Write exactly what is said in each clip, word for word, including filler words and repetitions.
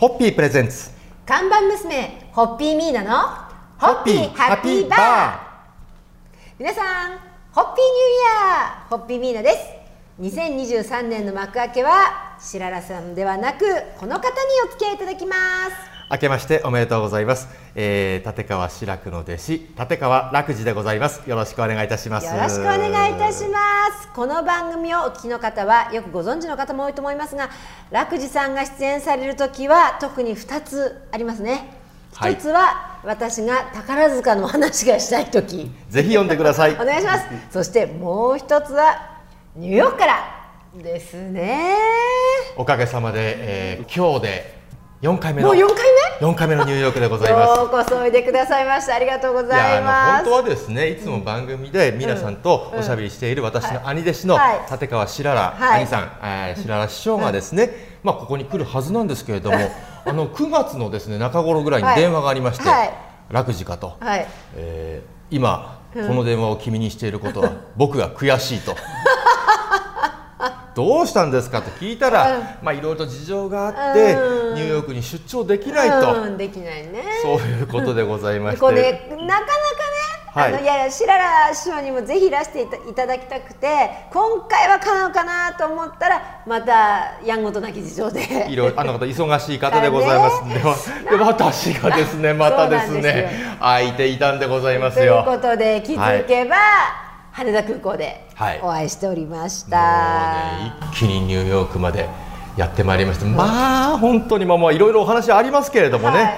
ホッピープレゼンツ看板娘ホッピーミーナのホッピーハッピーバー。皆さん、ホッピーニューイヤー、ホッピーミーナです。にせんにじゅうさんねんの幕開けは白良さんではなく、この方にお付き合いいただきます。 明けましておめでとうございます。えー、立川志らくの弟子立川楽寺でございます。よろしくお願いいたします。 よろしくお願いいたします。この番組をお聞きの方はよくご存知の方も多いと思いますが、楽寺さんが出演される時は特にふたつありますね。 はい、 一つは私が宝塚の話がしたい時、 ぜひ読んでください。 お願いします。そしてもう一つはニューヨークからですね。 おかげさまで、えー、今日でよんかいめのもうよんかいめよんかいめのニューヨークでございます。 ようこそおいでくださいました。ありがとうございます。 いや、あの本当はですね、いつも番組で皆さんとおしゃべりしている私の兄弟子の立川しらら兄さん、えー、しらら師匠がですね、まあここに来るはずなんですけれども、あのくがつのですね中頃ぐらいに電話がありまして、はい、楽寺かと、はい、えー、今この電話を君にしていることは僕が悔しいと。どうしたんですかと聞いたら、うん、まあいろいろと事情があって、うん、ニューヨークに出張できないと、 うん、できないね、 そういうことでございまして、 これ、ね、なかなかね、はい、あのいやいやしらら師匠にもぜひいらしていただきたくて、今回はかなうかなと思ったらまたやんごとなき事情でいろいろあの方忙しい方でございますので、ね、で私がですねまたですね空いていたんでございますよ。 ということで気づけば、はい、羽田空港でお会いしておりました。 はい、もうね、一気にニューヨークまでやってまいりました。まあ本当にまあいろいろお話ありますけれどもね、はい、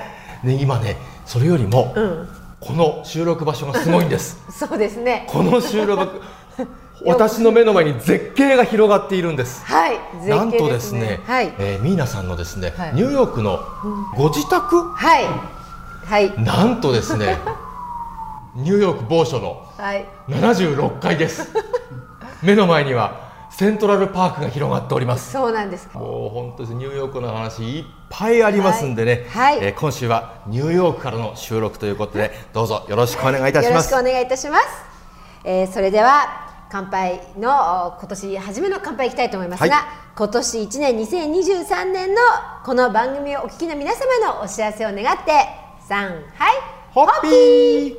ね今ねそれよりも、うん、この収録場所がすごいんです。 そうですね。 この収録私の目の前に絶景が広がっているんです。 はい、絶景ですね。 なんとですね、はい、えー、ミーナさんのですね、はい、ニューヨークのご自宅、 はい、はい、 なんとですね。ニューヨーク某所のななじゅうろっかいです。目の前にはセントラルパークが広がっております。 そうなんです。 もう本当にニューヨークの話いっぱいありますんでね、はいはい、えー、今週はニューヨークからの収録ということで、どうぞよろしくお願いいたします。 よろしくお願いいたします。えー、それでは乾杯の今年初めの乾杯いきたいと思いますが、はい、今年いちねんにせんにじゅうさんねんのこの番組をお聞きの皆様のお幸せを願って、さんはいホッピー。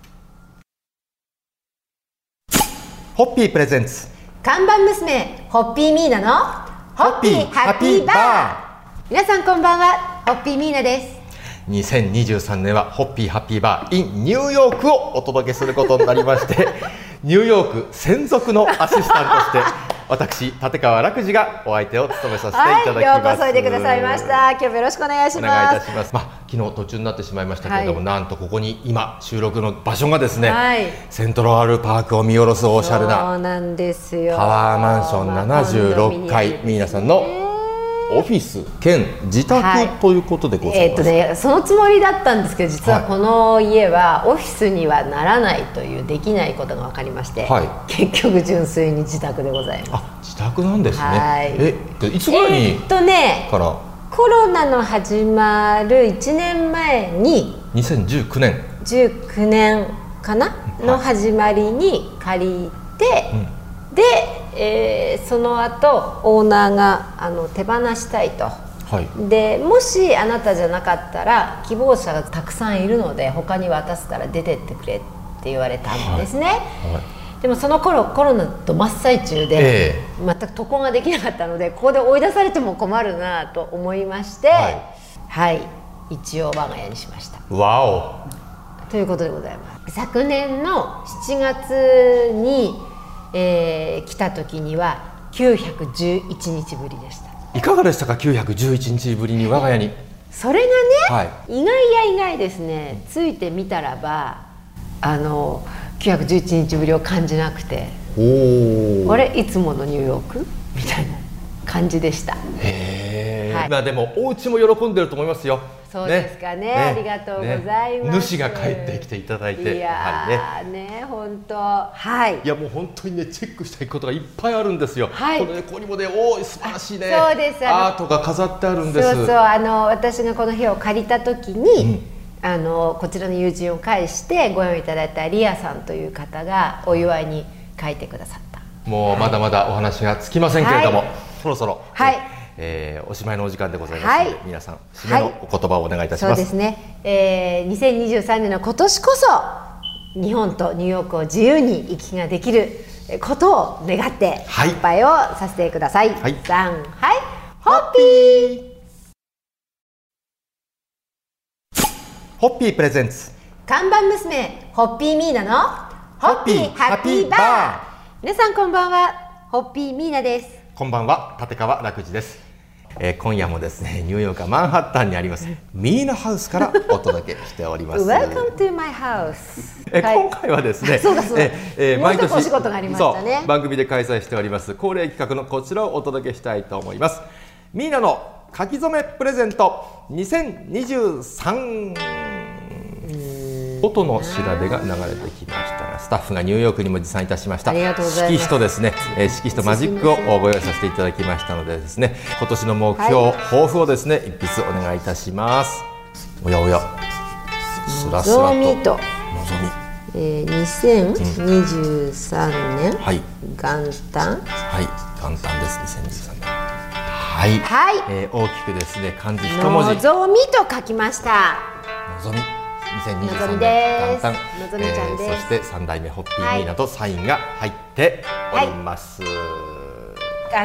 ホッピープレゼンツ看板娘ホッピーミーナのホッピーハッピーバー。皆さんこんばんは、ホッピーミーナです。 にせんにじゅうさんねんはホッピーハッピーバー in ニューヨークをお届けすることになりましてニューヨーク専属のアシスタントとして私立川楽寺がお相手を務めさせていただきます。 はい、ようこそおいでくださいました。今日もよろしくお願いします。 お願いいたします。まあ昨日途中になってしまいましたけれども、はい、なんとここに今収録の場所がですね、はい、セントラルパークを見下ろすおしゃれなそうなんですよ、 タワーマンションななじゅうろっかい、ミーナさんのオフィス兼自宅、はい、ということでございます。 えーっとね、そのつもりだったんですけど、実はこの家はオフィスにはならないというできないことが分かりまして、はい、結局純粋に自宅でございます。 あ、自宅なんですね。 はい、 え、いつぐらいに、 えーっとね、からコロナの始まるいちねんまえににせんじゅうきゅうねんじゅうきゅうねんかな、はい、の始まりに借りて、うん、で、えー、その後オーナーがあの手放したいと、はい、でもしあなたじゃなかったら希望者がたくさんいるので他に渡すから出てってくれって言われたんですね。はいはい、でもその頃コロナと真っ最中で、えー、全く渡航ができなかったので、ここで追い出されても困るなと思いまして、はい、はい、一応我が家にしました。 わおということでございます。昨年のしちがつに、えー、来た時にはきゅうひゃくじゅういちにちぶりでした。 いかがでしたか、きゅうひゃくじゅういちにちぶりに我が家に。 それがね、はい、意外や意外ですね。ついてみたらばあのきゅうひゃくじゅういちにちぶりを感じなくて、おあれいつものニューヨークみたいな感じでした。 へえ、はい、まあでもお家も喜んでると思いますよ。 そうですか ね, ね, ねありがとうございます、 ね、主が帰ってきていただいて、 いやーね本当、はい、 いやもう本当にねチェックしたいことがいっぱいあるんですよ、はい、この横にもねおー素晴らしいね、 そうです、 アートが飾ってあるんです。 そうそう、あの私がこの部屋を借りた時に、うん、あのこちらの友人を介してご用意いただいたリアさんという方がお祝いに書いてくださった。 もうまだまだお話がつきませんけれども、はい、そろそろ、 はい、 えー、おしまいのお時間でございますので、はい、皆さん締めのお言葉をお願いいたします。 はい、そうですね、えー、にせんにじゅうさんねんの今年こそ日本とニューヨークを自由に行き来ができることを願って乾杯をさせてください。はい、さん、はい、ホッピー。 ホッピープレゼンツ看板娘ホッピーミーナのホッピーハッピーバー。皆さんこんばんは、ホッピーミーナです。 こんばんは、立川楽次です。えー、今夜もですね、ニューヨークマンハッタンにありますミーナハウスからお届けしております。 Welcome to my house。 えーはい、今回はですね、 そうだそうだ、えー、毎年お仕事がありましたね。 番組で開催しております恒例企画のこちらをお届けしたいと思います。ミーナの書き初めプレゼントにせんにじゅうさん。音の調べが流れてきましたが、スタッフがニューヨークにも持参いたしました色紙とですね、えー、色紙とマジックをご用意させていただきましたのでですね、今年の目標、はい、抱負をですね一筆お願いいたします。おやおや、スラスラとのぞみと、 えー、にせんにじゅうさんねん、うん、はい、元旦、 はい、元旦です。にせんにじゅうさんねん、はい、 はい、 えー、大きくですね漢字一文字、 のぞみと書きました。 のぞみ、にせんにじゅうさんねん元旦、のぞみちゃんです。えー、そしてさん代目ホッピーミーナとサインが入っております。はい、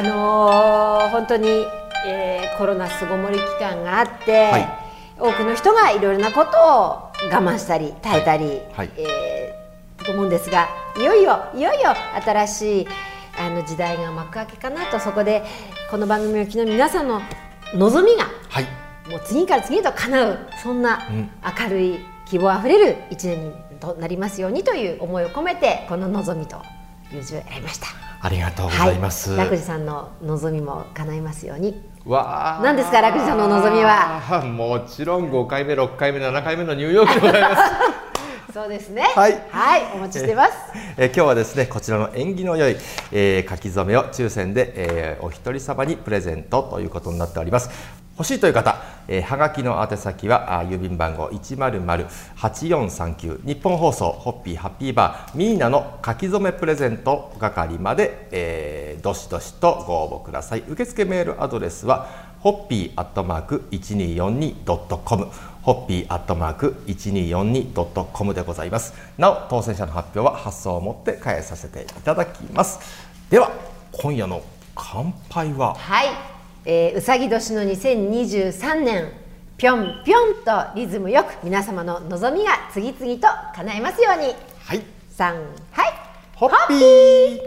あのー、本当に、えー、コロナ巣ごもり期間があって、はい、多くの人がいろいろなことを我慢したり耐えたり、はい、えー、と思うんですが、いよいよいよいよ新しいあの時代が幕開けかなと。そこでこの番組を昨日皆さんの望みが、はい、もう次から次へと叶う、そんな明るい希望あふれる一年にとなりますようにという思いを込めて、この望みという字を選びました。 ありがとうございます。 はい、楽次さんの望みも叶いますように。 わあ、 何ですか楽次さんの望みは。 もちろんごかいめ、ろっかいめ、ななかいめのニューヨークでございます。 そうですね。はい、はい、お待ちしてます。 えー、今日はですね、こちらの縁起の良い、えー、書き初めを抽選で、えー、お一人様にプレゼントということになっております。欲しいという方、えー、はがきの宛先は郵便番号 いちまるまるはちよんさんきゅう 日本放送ホッピーハッピーバーミーナの書き初めプレゼント係まで、えー、どしどしとご応募ください。受付メールアドレスはホッピーアットマーク いちにーよんにドットコム ホッピーアットマーク いちにーよんにドットコム でございます。なお当選者の発表は発送をもって返させていただきます。では今夜の乾杯は、 はい、えー、うさぎ年のにせんにじゅうさんねん、ぴょんぴょんとリズムよく皆様の望みが次々と叶いますように。 はい、 さん、はい、 ホッピー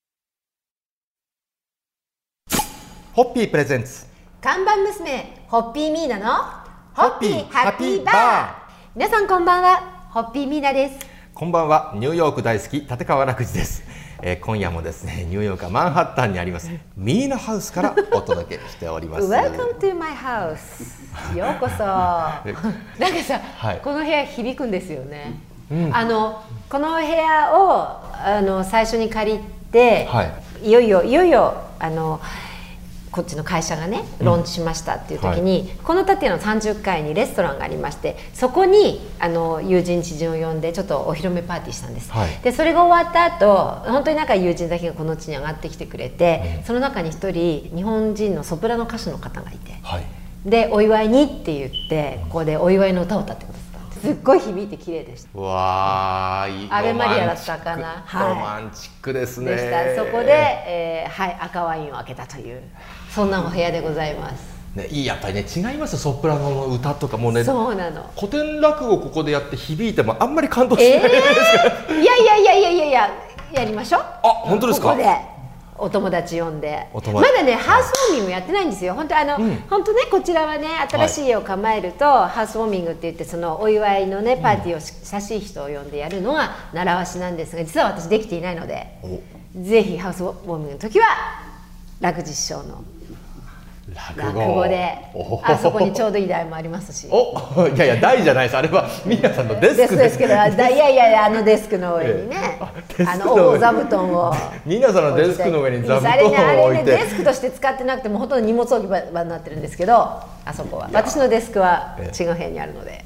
ホッピープレゼンツ看板娘ホッピーミーナのホッピーハッピーバー。皆さんこんばんは、ホッピーミーナです。 こんばんは、ニューヨーク大好き立川楽次です。えー、今夜もですね、ニューヨークマンハッタンにありますミーナハウスからお届けしております。 Welcome to my house。ようこそ。なんかさ、はい、この部屋響くんですよね。うん、あのこの部屋をあの最初に借りて、はい、いよいよいよいよあのこっちの会社がねローンチしましたっていう時に、うん、はい、この建物のさんじゅっかいにレストランがありまして、そこにあの友人知人を呼んでちょっとお披露目パーティーしたんです。はい、でそれが終わった後、本当に仲いい友人だけがこの地に上がってきてくれて、うん、その中に一人日本人のソプラノ歌手の方がいて、はい、でお祝いにって言ってここでお祝いの歌を歌ってくださったんです。すっごい響いて綺麗でした。 わー、いいアベマリアだったかな、 はい、ロマンチックですね。 でした。そこで、えーはい、赤ワインを開けたというそんなお部屋でございます。 ね、いい、やっぱりね違いますよ、ソプラノの歌とかもね。 そうなの。 古典落語ここでやって響いてもあんまり感動しないですから、 えー、いやいやいやいやいやいややりましょう。 あ、本当ですか。 ここでお友達呼んで、まだねハウスウォーミングやってないんですよ。本当あの、うん、本当ねこちらはね新しい家を構えると、はい、ハウスウォーミングって言ってそのお祝いのねパーティーを親しい人を呼んでやるのが習わしなんですが、実は私できていないので、ぜひハウスウォーミングの時は楽次師匠の落語で、あそこにちょうどいい台もありますし。 お、いやいや台じゃないです。あれはミーナさんのデスクですですけど、いやいやいやあのデスクの上にね、ええ、あの大座布団をミーナさんのデスクの上に座布団を置いて、あれねデスクとして使ってなくてもほとんど荷物置き場になってるんですけど、あそこは私のデスクは違う部屋にあるので。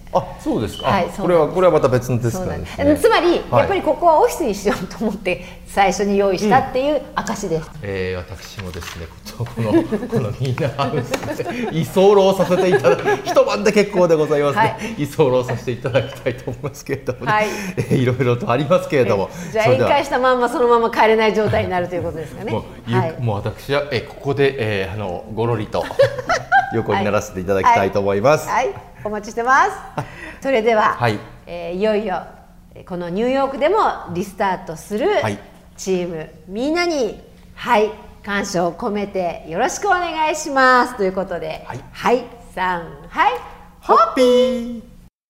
あ、そうですか。はい、これはこれはまた別のですからね。 つまり、はい、やっぱりここはオフィスにしようと思って最初に用意したっていう証です。うん、 えー、私もですね、このこのミーナハウスで居候させていただき、一晩で結構でございますね。はい、居候させていただきたいと思いますけれどもね。はい、えー、いろいろとありますけれども。 じゃあ宴会したまんまそのまま帰れない状態になるということですかね。 もう、はい、もう私はえここで、えー、あのごろりと横にならせていただきたいと思います。 はい、はいはい、お待ちしてます。それでは、はい、えー、いよいよこのニューヨークでもリスタートするチーム、はい、みんなに、はい、感謝を込めてよろしくお願いしますということで、はい、はい、さん、はい、 ホッピー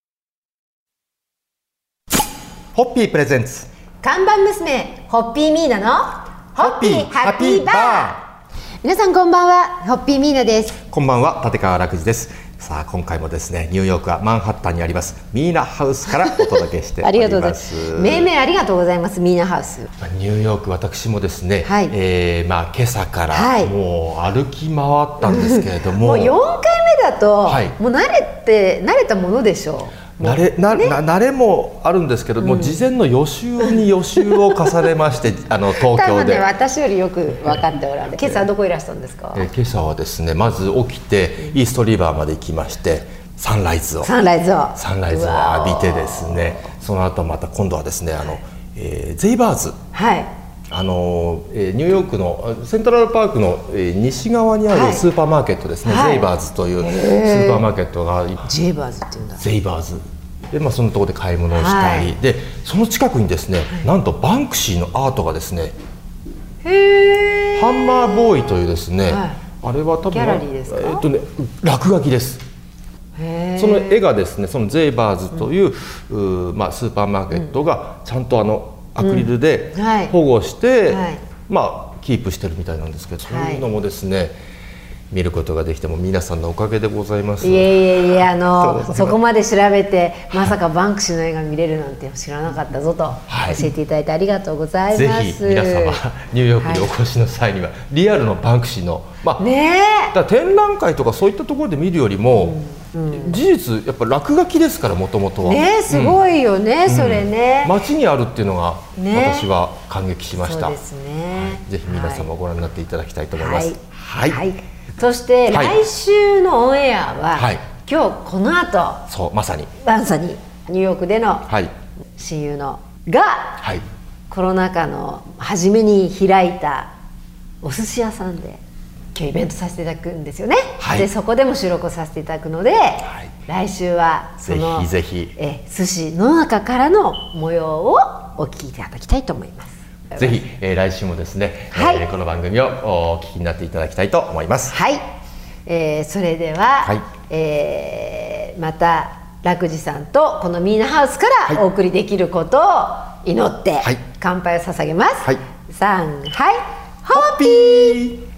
ホッピープレゼンツ看板娘ホッピーミーナのホッピーハッピーバー。皆さんこんばんは、ホッピーミーナです。 こんばんは、立川楽寿です。さあ今回もですね、ニューヨークはマンハッタンにありますミーナハウスからお届けしております。ありがとうございます。 命名ありがとうございます。ミーナハウス。 ニューヨーク、私もですね、はい、えー、まあ今朝からもう歩き回ったんですけれども、 はい、もうよんかいめだと、はい、もう慣れて慣れたものでしょう。 慣れな、ね、な慣れもあるんですけど、うん、もう事前の予習に予習を重ねましてあの東京で、 ね、私よりよく分かっておられる。今朝どこいらしたんですか？ えー、今朝はですね、まず起きてイーストリバーまで行きまして、サンライズをサンライズをサンライズを浴びてですね、その後また今度はですね、あの、えー、ゼイバーズ、はい、あのえー、ニューヨークのセントラルパークの、えー、西側にあるスーパーマーケットですね、はい、ゼイバーズというスーパーマーケットが、 ゼイバーズっていうんだ。 ゼイバーズで、まあ、そのところで買い物をしたり、はい、でその近くにですね、はい、なんとバンクシーのアートがですね、へー、ハンマーボーイというですね、はい、あれは多分ギャラリーですか？えーっとね、落書きです。その絵がですね、そのゼイバーズという、うん、まあ、スーパーマーケットがちゃんとあのアクリルで保護して、うんはい、まあ、キープしてるみたいなんですけど、そういうのもですね、はい、見ることができても皆さんのおかげでございます。 いえいえいえ、あのそこまで調べてまさかバンクシーの絵が見れるなんて知らなかったぞと、はい、教えていただいてありがとうございます。 ぜひ皆様ニューヨークにお越しの際には、はい、リアルのバンクシーの、まあ、 ね、 だ展覧会とかそういったところで見るよりも、うんうん、事実やっぱ落書きですから、もともとはね、すごいよね、うん、それね、 街にあるっていうのが、ね、私は感激しました。 そうですね、 はい、ぜひ皆様ご覧になっていただきたいと思います。はい、はい、 はい、そして来週のオンエアは、はい、今日この後、 そうまさにまさにニューヨークでの親友のが、はい、コロナ禍の初めに開いたお寿司屋さんで今日イベントさせていただくんですよね。はい、でそこでも収録をさせていただくので、はい、来週はそのぜひぜひえ寿司の中からの模様をお聞きいただきたいと思います。 ぜひ、えー、来週もですね、はい、えー、この番組をお聞きになっていただきたいと思います。 はい、えー、それでは、はい、えー、また楽寿さんとこのミーナハウスからお送りできることを祈って、はい、乾杯を捧げます。はい、さん、はい、ホッピー。